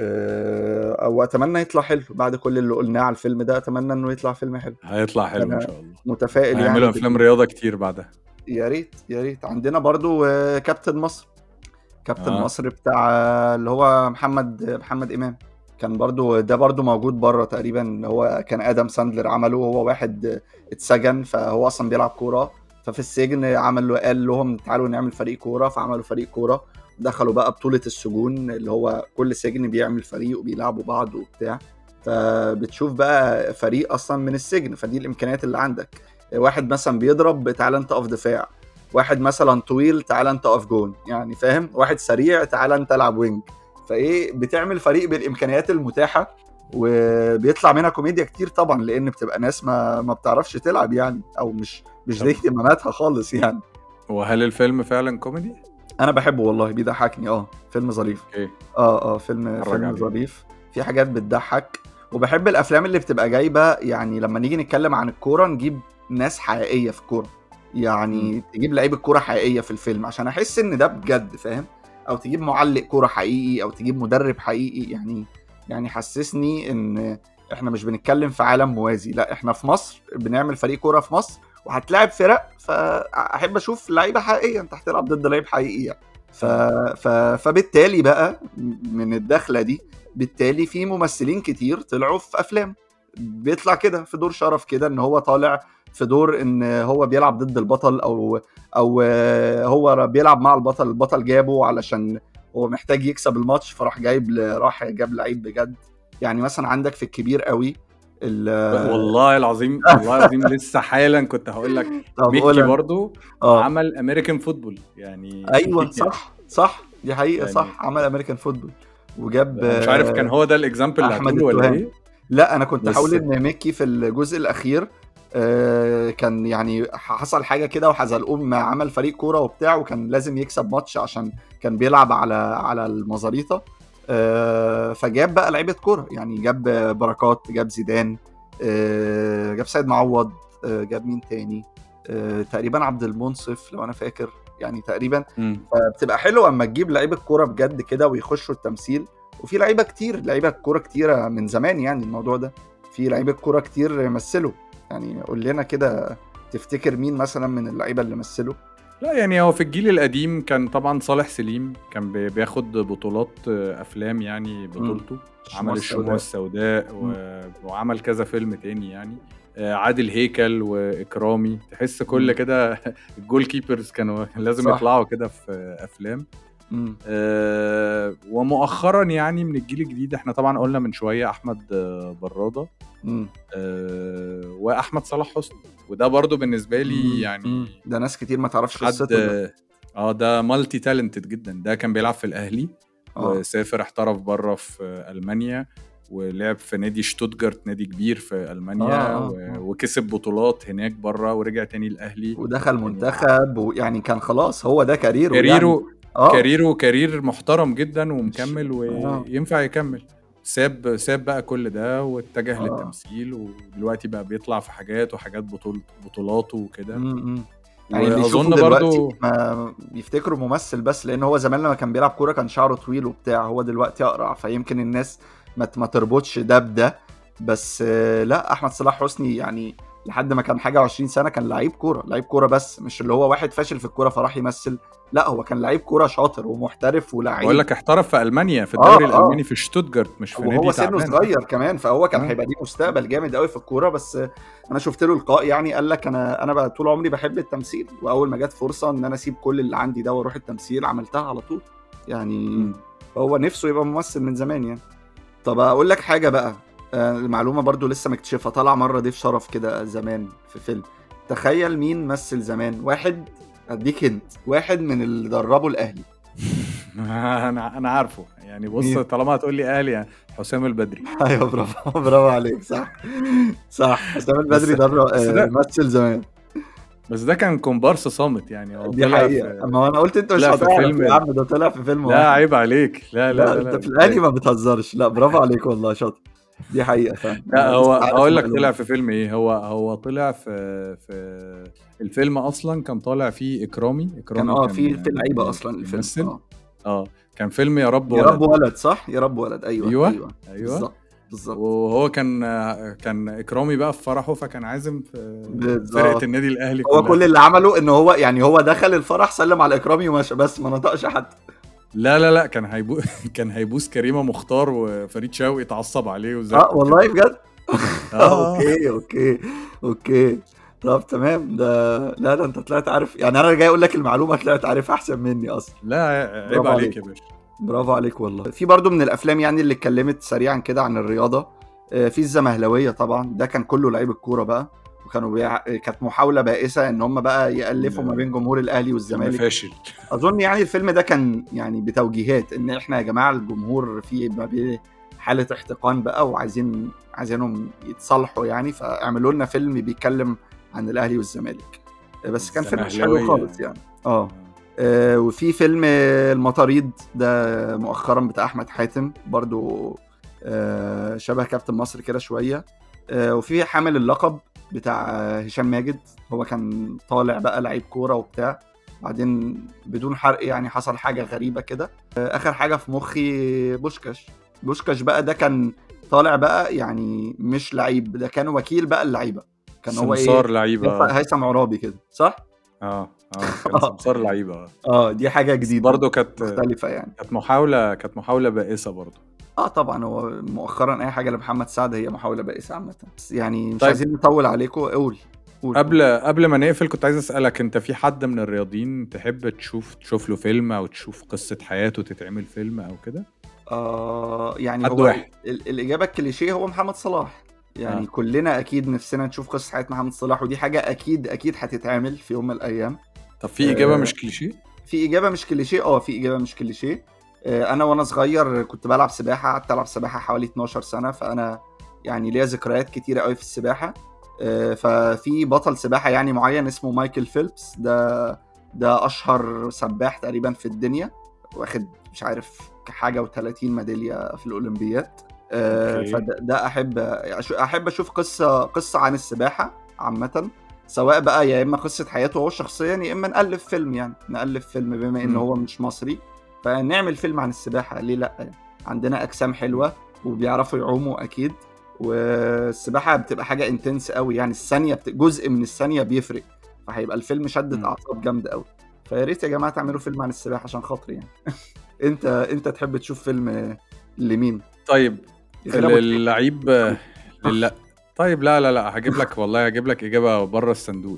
أه، او اتمنى يطلع حلو بعد كل اللي قلناه على الفيلم ده، اتمنى انه يطلع فيلم حلو. هيطلع حلو ان انا شاء الله. متفائل يعني هيعملوا افلام بال... رياضة كتير بعدها. يا ريت يا ريت. عندنا برضو آه، كابتن مصر، كابتن اه مصر بتاع آه، اللي هو محمد محمد امام، كان برضو ده برضو موجود بره تقريبا. هو كان ادم ساندلر عمله، هو واحد اتسجن فهو اصلا بيلعب كوره، ففي السجن عمل له، قال لهم تعالوا نعمل فريق كوره، فعملوا فريق كوره. دخلوا بقى بطولة السجون اللي هو كل سجن بيعمل فريق وبيلعبوا بعض وبتاع. فبتشوف بقى فريق اصلا من السجن، فدي الامكانيات اللي عندك. واحد مثلا بيضرب تعالى انت اقف دفاع، واحد مثلا طويل تعالى انت اقف جون يعني فاهم، واحد سريع تعالى انت العب وينج. فايه بتعمل فريق بالامكانيات المتاحه، وبيطلع منها كوميديا كتير طبعا، لان بتبقى ناس ما ما بتعرفش تلعب يعني، او مش مش دي طب اهتماماتها خالص يعني. وهل الفيلم فعلا كوميدي؟ انا بحبه والله، بيضحكني، اه فيلم ظريف. اوكي اه اه فيلم اتفرج فيلم عليه. ظريف، في حاجات بتضحك. وبحب الافلام اللي بتبقى جايبه يعني لما نيجي نتكلم عن الكوره نجيب ناس حقيقيه في الكوره، مم. يعني تجيب لعيبه كوره حقيقيه في الفيلم عشان احس ان ده بجد فاهم، او تجيب معلق كوره حقيقي، او تجيب مدرب حقيقي يعني. يعني حسسني ان احنا مش بنتكلم في عالم موازي، لا احنا في مصر بنعمل فريق كوره في مصر وهتلاعب فرق، فاحب اشوف لعيبه حقيقيه، انت هتلعب ضد لعيب حقيقي يعني. ف... مم. ف... فبالتالي بقى من الدخله دي، بالتالي في ممثلين كتير طلعوا في افلام، بيطلع كده في دور شرف كده، ان هو طالع في دور ان هو بيلعب ضد البطل، او او هو بيلعب مع البطل، البطل جابه علشان هو محتاج يكسب الماتش، فراح جايب ل- راح جاب لعيب بجد. يعني مثلا عندك في الكبير قوي ال- والله العظيم، والله العظيم لسه حالا كنت هقول لك طب ميكي قول. برضو اه عمل امريكان فوتبول يعني. ايوه صح صح، دي حقيقه يعني صح، عمل امريكان فوتبول وجاب انا مش عارف كان هو ده الاكزامبل اللي احمد هتقوله ولا التهامي. ايه. لا انا كنت بس هقول ان ميكي في الجزء الاخير آه، كان يعني حصل حاجه كده وحزلقوم عمل فريق كوره وبتاع، وكان لازم يكسب ماتش عشان كان بيلعب على على المزاريطه. آه، فجاب بقى لعيبه كوره يعني، جاب بركات، جاب زيدان، آه، جاب سيد معوض، آه، جاب مين تاني، آه، تقريبا عبد المنصف لو انا فاكر يعني تقريبا. مم. فبتبقى حلوه اما تجيب لعيبه كوره بجد كده ويخشوا التمثيل. وفي لعيبه كتير، لعيبه كوره كتيره من زمان يعني الموضوع ده، في لعيبه كوره كتير مثلوا. يعني قول لنا كده، تفتكر مين مثلا من اللعيبه اللي مثلوا؟ لا يعني هو في الجيل القديم كان طبعا صالح سليم، كان بي- بياخد بطولات آه، افلام يعني امم بطولته. الشموع عمل الشموع السوداء. السوداء و... مم. وعمل كذا فيلم تاني يعني. آه، عادل هيكل واكرامي، تحس كل مم. كده الجول كيبرز كانوا لازم صح يطلعوا كده في افلام. مم. آه ومؤخرا يعني من الجيل الجديد احنا طبعا قلنا من شويه احمد آه، براده، مم. آه واحمد صلاح حسني، وده برضو بالنسبه لي مم. يعني مم. ده ناس كتير ما تعرفش حد قصته ده. اه ده مالتي تالنتد جدا. ده كان بيلعب في الاهلي اه وسافر احترف بره في المانيا، ولعب في نادي شتوتجارت، نادي كبير في اه المانيا، اه و- اه وكسب بطولات هناك بره ورجع تاني الاهلي. ودخل يعني منتخب ويعني كان خلاص هو ده كاريره يعني. كاريره اه كاريره كارير محترم جدا مش ومكمل اه وينفع يكمل. ساب ساب بقى كل ده واتجه اه للتمثيل، ودلوقتي بقى بيطلع في حاجات وحاجات بطول بطولاته وكده. امم يعني اللي يشوفه واظن دلوقتي برضو ما بيفتكروا ممثل بس، لان هو زمان لما كان بيلعب كوره كان شعره طويل وبتاع، هو دلوقتي اقرع، فيمكن الناس ما ت- ما تربطش ده بده. بس آه، لا احمد صلاح حسني يعني لحد ما كان حاجه وعشرين سنه كان لعيب كوره، لعيب كوره بس مش اللي هو واحد فاشل في الكوره فراح يمثل. لا هو كان لعيب كوره شاطر ومحترف بقول ولعيب. لك احترف في المانيا في اه الدوري اه الالماني في شتوتجارت، مش في وهو نادي سنه تعبان حتى. صغير كمان، فهو كان اه هيبقى ليه مستقبل جامد قوي في الكوره. بس انا شفت له لقاء يعني قال لك انا انا بقى طول عمري بحب التمثيل، واول ما جت فرصه ان انا اسيب كل اللي عندي ده واروح التمثيل عملتها على طول يعني. مم. هو نفسه يبقى ممثل من زمان يعني. طب اقول لك حاجه بقى، آه، المعلومه برضو لسه مكتشفها، طلع مره ضيف شرف كده زمان في فيلم. تخيل مين مثل زمان؟ واحد اديك هنت، واحد من اللي دربوا الاهلي. انا انا عارفه يعني. بص مين؟ طالما هتقول لي اهلي يعني حسام البدري. ايوه برافو برافو عليك، صح صح، حسام البدري بس ده بس آه، ده مثل زمان. بس ده كان كومبارس صامت يعني. هو دي طلع حقيقة، في اما انا قلت انت مش طلع في هتعرف يا فيلم. عم، ده طلع في فيلم لا واحد. عيب عليك، لا لا لا لا انت لا في الاهلي ازاي. ما بتهزرش، لا برافو عليك والله شاطر. دي حقيقة فعلا، لا انا هو لسه عارف هقول لك طلع المعلومة. في فيلم ايه. هو هو طلع في في الفيلم اصلا كان طالع فيه اكرامي. كان اكرامي اه في كان في لعيبة بي- اصلا الفيلم بيمثل. اه. اه كان فيلم يا رب يا رب ولد. ولد، صح يا رب ولد، ايوه ايوه ايوه ايوه. بالظبط بالظبط وهو كان كان اكرامي بقى في فرحه، فكان عازم في فرقه بالظبط. النادي الاهلي هو كلها. كل اللي عمله ان هو يعني هو دخل الفرح سلم على اكرامي ومشى، بس ما نطقش حتى. لا لا لا كان هيبو... كان هيبوس كريمه مختار وفريد شوقي اتعصب عليه اه وزقه كده. والله بجد. اه اوكي اوكي اوكي. طب تمام ده. لا ده انت طلعت عارف يعني، انا جاي اقول لك المعلومه طلعت عارف احسن مني اصلا. لا عيب برافو عليك عليك. يا باشا. برافو عليك والله. في برضو من الافلام يعني اللي اتكلمت سريعا كده عن الرياضه، آه، في الزمهلويه طبعا، ده كان كله لعيب الكوره بقى، وكانوا بيع... كانت محاوله بائسه ان هم بقى يالفوا ما بين جمهور الاهلي فيلم والزمالك. فاشل. اظن يعني الفيلم ده كان يعني بتوجيهات ان احنا يا جماعه الجمهور في ما بين حاله احتقان بقى، وعايزين عايزينهم يتصالحوا يعني، فاعملوا لنا فيلم بيتكلم عن الاهلي والزمالك. بس كان فيلم مش حلو الزمهلاويه. خالص يعني. اه آه، وفي فيلم آه، المطاريد ده مؤخرا بتاع احمد حاتم برضو، آه، شبه كابتن مصر كده شويه. آه، وفي حامل اللقب بتاع آه، هشام ماجد، هو كان طالع بقى لعيب كوره وبتاع، بعدين بدون حرق يعني حصل حاجه غريبه كده. آه، اخر حاجه في مخي بوشكاش. بوشكاش بقى ده كان طالع بقى يعني مش لعيب، ده كان وكيل بقى اللعيبه، كان هو ايه، سمسار لعيبه. هيثم عرابي كده صح. اه اه كان سمسار لعيبه. اه اه دي حاجه بس جديده برضه كانت مختلفه يعني. كانت محاوله كانت محاوله بائسه برضه. اه طبعا هو مؤخرا اي حاجه لمحمد سعد هي محاوله بائسه عامه، بس يعني مش طيب عايزين نطول عليكم. قول قول. قبل قبل ما نقفل كنت عايز اسالك، انت في حد من الرياضيين تحب تشوف تشوف له فيلم او تشوف قصه حياته تتعمل فيلم او كده؟ آه يعني حد هو ال- واحد. ال- الاجابه الكليشيه هو محمد صلاح يعني. اه كلنا اكيد نفسنا نشوف قصه حياه محمد صلاح، ودي حاجه اكيد اكيد هتتعمل في يوم من الايام. طب في اجابه آه مش كليشيه؟ في اجابه مش كليشيه، اه في اجابه مش كليشيه. آه انا وانا صغير كنت بلعب سباحه، قعدت العب سباحه حوالي اتناشر سنه، فانا يعني ليا ذكريات كتيره قوي في السباحه. آه، ففي بطل سباحه يعني معين اسمه مايكل فيلبس، ده ده اشهر سباح تقريبا في الدنيا، واخد مش عارف حاجه و30 ميداليه في الاولمبيات. آه، اوكي. فده ده احب أشو- احب اشوف قصه قصه عن السباحه عامه، سواء بقى يا اما قصه حياته هو شخصيا، يا اما نالف فيلم يعني نالف فيلم بما ان مم. هو مش مصري، فنعمل فيلم عن السباحه ليه لا يعني. عندنا اجسام حلوه وبيعرفوا يعوموا اكيد، والسباحه بتبقى حاجه انتنس قوي يعني، الثانيه بت... جزء من الثانيه بيفرق، فهيبقى الفيلم شدة مم. اعصاب جامده قوي. فيا ريت يا جماعه تعملوا فيلم عن السباحه عشان خاطري يعني. انت انت تحب تشوف فيلم لمين طيب غير ابو تريكة؟ اللعيب للا. طيب لا لا لا هجيب لك والله هجيب لك اجابه بره الصندوق يعني.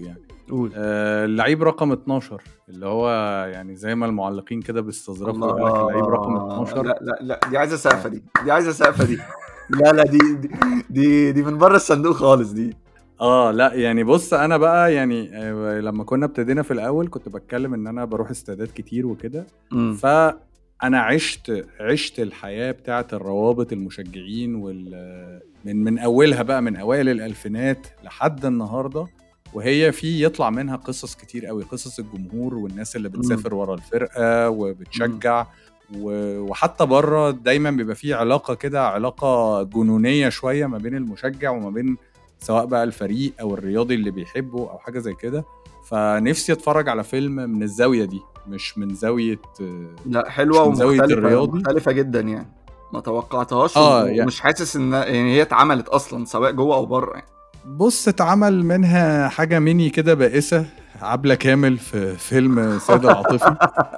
قول. آه، اللعيب رقم اتناشر، اللي هو يعني زي ما المعلقين كده بيستظرفوا يقول لك اللعيب رقم اتناشر. لا لا لا دي عايزه سقفه، دي دي عايزه سقفه دي. لا لا دي دي دي, دي من بره الصندوق خالص دي. اه لا يعني بص انا بقى يعني آه، لما كنا ابتدينا في الاول كنت بتكلم ان انا بروح استادات كتير وكده، مم. فانا عشت عشت الحياه بتاعه الروابط المشجعين وال من من اولها بقى من اوائل الالفينات لحد النهارده، وهي في يطلع منها قصص كتير قوي، قصص الجمهور والناس اللي بتسافر ورا الفرقه وبتشجع و- وحتى بره دايما بيبقى فيه علاقه كده، علاقه جنونيه شويه ما بين المشجع وما بين سواء بقى الفريق او الرياضي اللي بيحبه او حاجه زي كده. فنفسي اتفرج على فيلم من الزاويه دي، مش من زاويه لا مش حلوه من زاويه ومختلفه، الرياضي. مختلفه جدا يعني، ما توقعتهاش اه يعني ومش حاسس ان يعني هي اتعملت اصلا سواء جوه او بره يعني. بص اتعمل منها حاجه ميني كده بائسه، عبلة كامل في فيلم سيد العاطفي.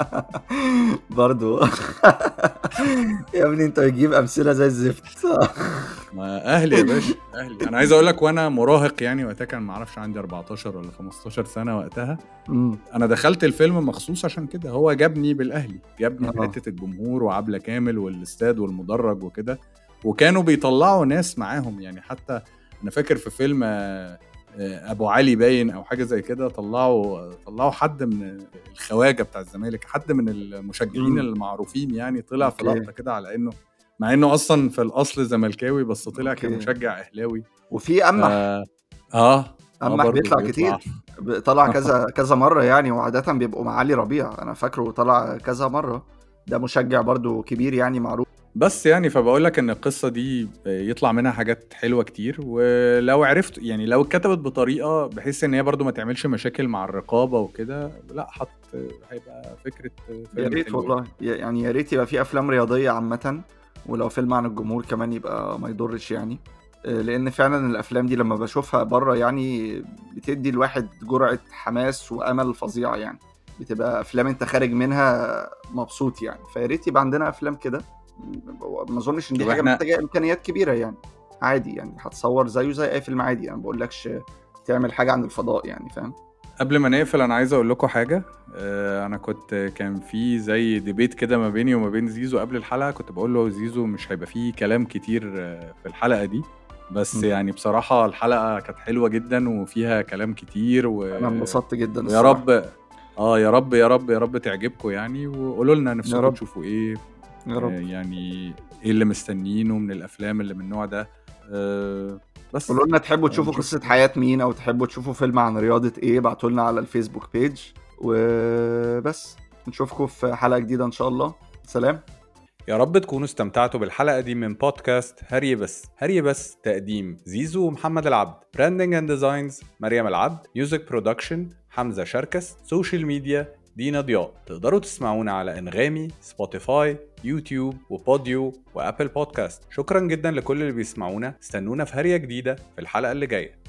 برضو يا ابني انت بتجيب امثله زي الزفت. ما اهلي يا باشا اهلي، انا عايز اقول لك وانا مراهق يعني وقتها كان ما اعرفش عندي اربعتاشر ولا خمستاشر سنه وقتها، مم. انا دخلت الفيلم مخصوص عشان كده، هو جابني بالاهلي، جابني آه. بحته الجمهور وعبلة كامل والاستاد والمدرج وكده، وكانوا بيطلعوا ناس معاهم يعني. حتى انا فاكر في فيلم آه، آه، ابو علي باين او حاجه زي كده، طلعوا طلعوا حد من الخواجه بتاع الزمالك، حد من المشجعين مم. المعروفين يعني، طلع في اوكي. لقطه كده على انه مع انه اصلا في الاصل زملكاوي بس طلع اوكي. كمشجع اهلاوي. وفي ف... امح اه اه امح برضه بيطلع بيطلع. كتير، طلع كذا كذا مره يعني، وعاده بيبقوا مع علي ربيع، انا فاكره طلع كذا مره، ده مشجع برضو كبير يعني معروف. بس يعني فبقول لك ان القصه دي يطلع منها حاجات حلوه كتير، ولو عرفت يعني لو اتكتبت بطريقه بحيث ان هي برضو ما تعملش مشاكل مع الرقابه وكده، لا حط هيبقى فكره يا فيلم ريت حلو يعني. والله، يعني يا ريت يبقى في افلام رياضيه عامه، ولو فيلم عن الجمهور كمان يبقى ما يضرش يعني. آه، لان فعلا الافلام دي لما بشوفها بره يعني بتدي الواحد جرعه حماس وامل فظيعه يعني، بتبقى افلام انت خارج منها مبسوط يعني. فيا ريت يبقى عندنا افلام كده. ما اظنش ان دي طب حاجه احنا محتاجه امكانيات كبيره يعني، عادي يعني هتصور زيه زي اي فيلم عادي، انا يعني ما بقولكش تعمل حاجه عن الفضاء يعني، فاهم. قبل ما نقفل انا عايز اقول لكم حاجه. آه، انا كنت كان في زي ديبيت كده ما بيني وما بين زيزو قبل الحلقه، كنت بقول له زيزو مش هيبقى فيه كلام كتير آه، في الحلقه دي، بس م. يعني بصراحه الحلقه كانت حلوه جدا وفيها كلام كتير و... انا انبسطت جدا ويا الصراحه. رب اه يا رب يا رب يا رب تعجبكم يعني، وقولوا لنا يا نفسكم رب تشوفوا ايه يا آه، رب. يعني ايه اللي مستنيينه من الافلام اللي من النوع ده. آه، بس قولوا لنا تحبوا آه، تشوفوا نشوف. قصه حياه مين، او تحبوا تشوفوا فيلم عن رياضه ايه، ابعتوا لنا على الفيسبوك بيج. وبس نشوفكم في حلقه جديده ان شاء الله. سلام. يا رب تكونوا استمتعتوا بالحلقة دي من بودكاست هري بس. هري بس تقديم زيزو ومحمد العبد، براندنج اند ديزاينز مريم العبد، ميوزك برودكشن حمزة شركس، سوشيال ميديا دينا ضياء. تقدروا تسمعونا على انغامي، سبوتيفاي، يوتيوب وبوديو وابل بودكاست. شكرا جدا لكل اللي بيسمعونا، استنونا في هرية جديدة في الحلقة اللي جاية.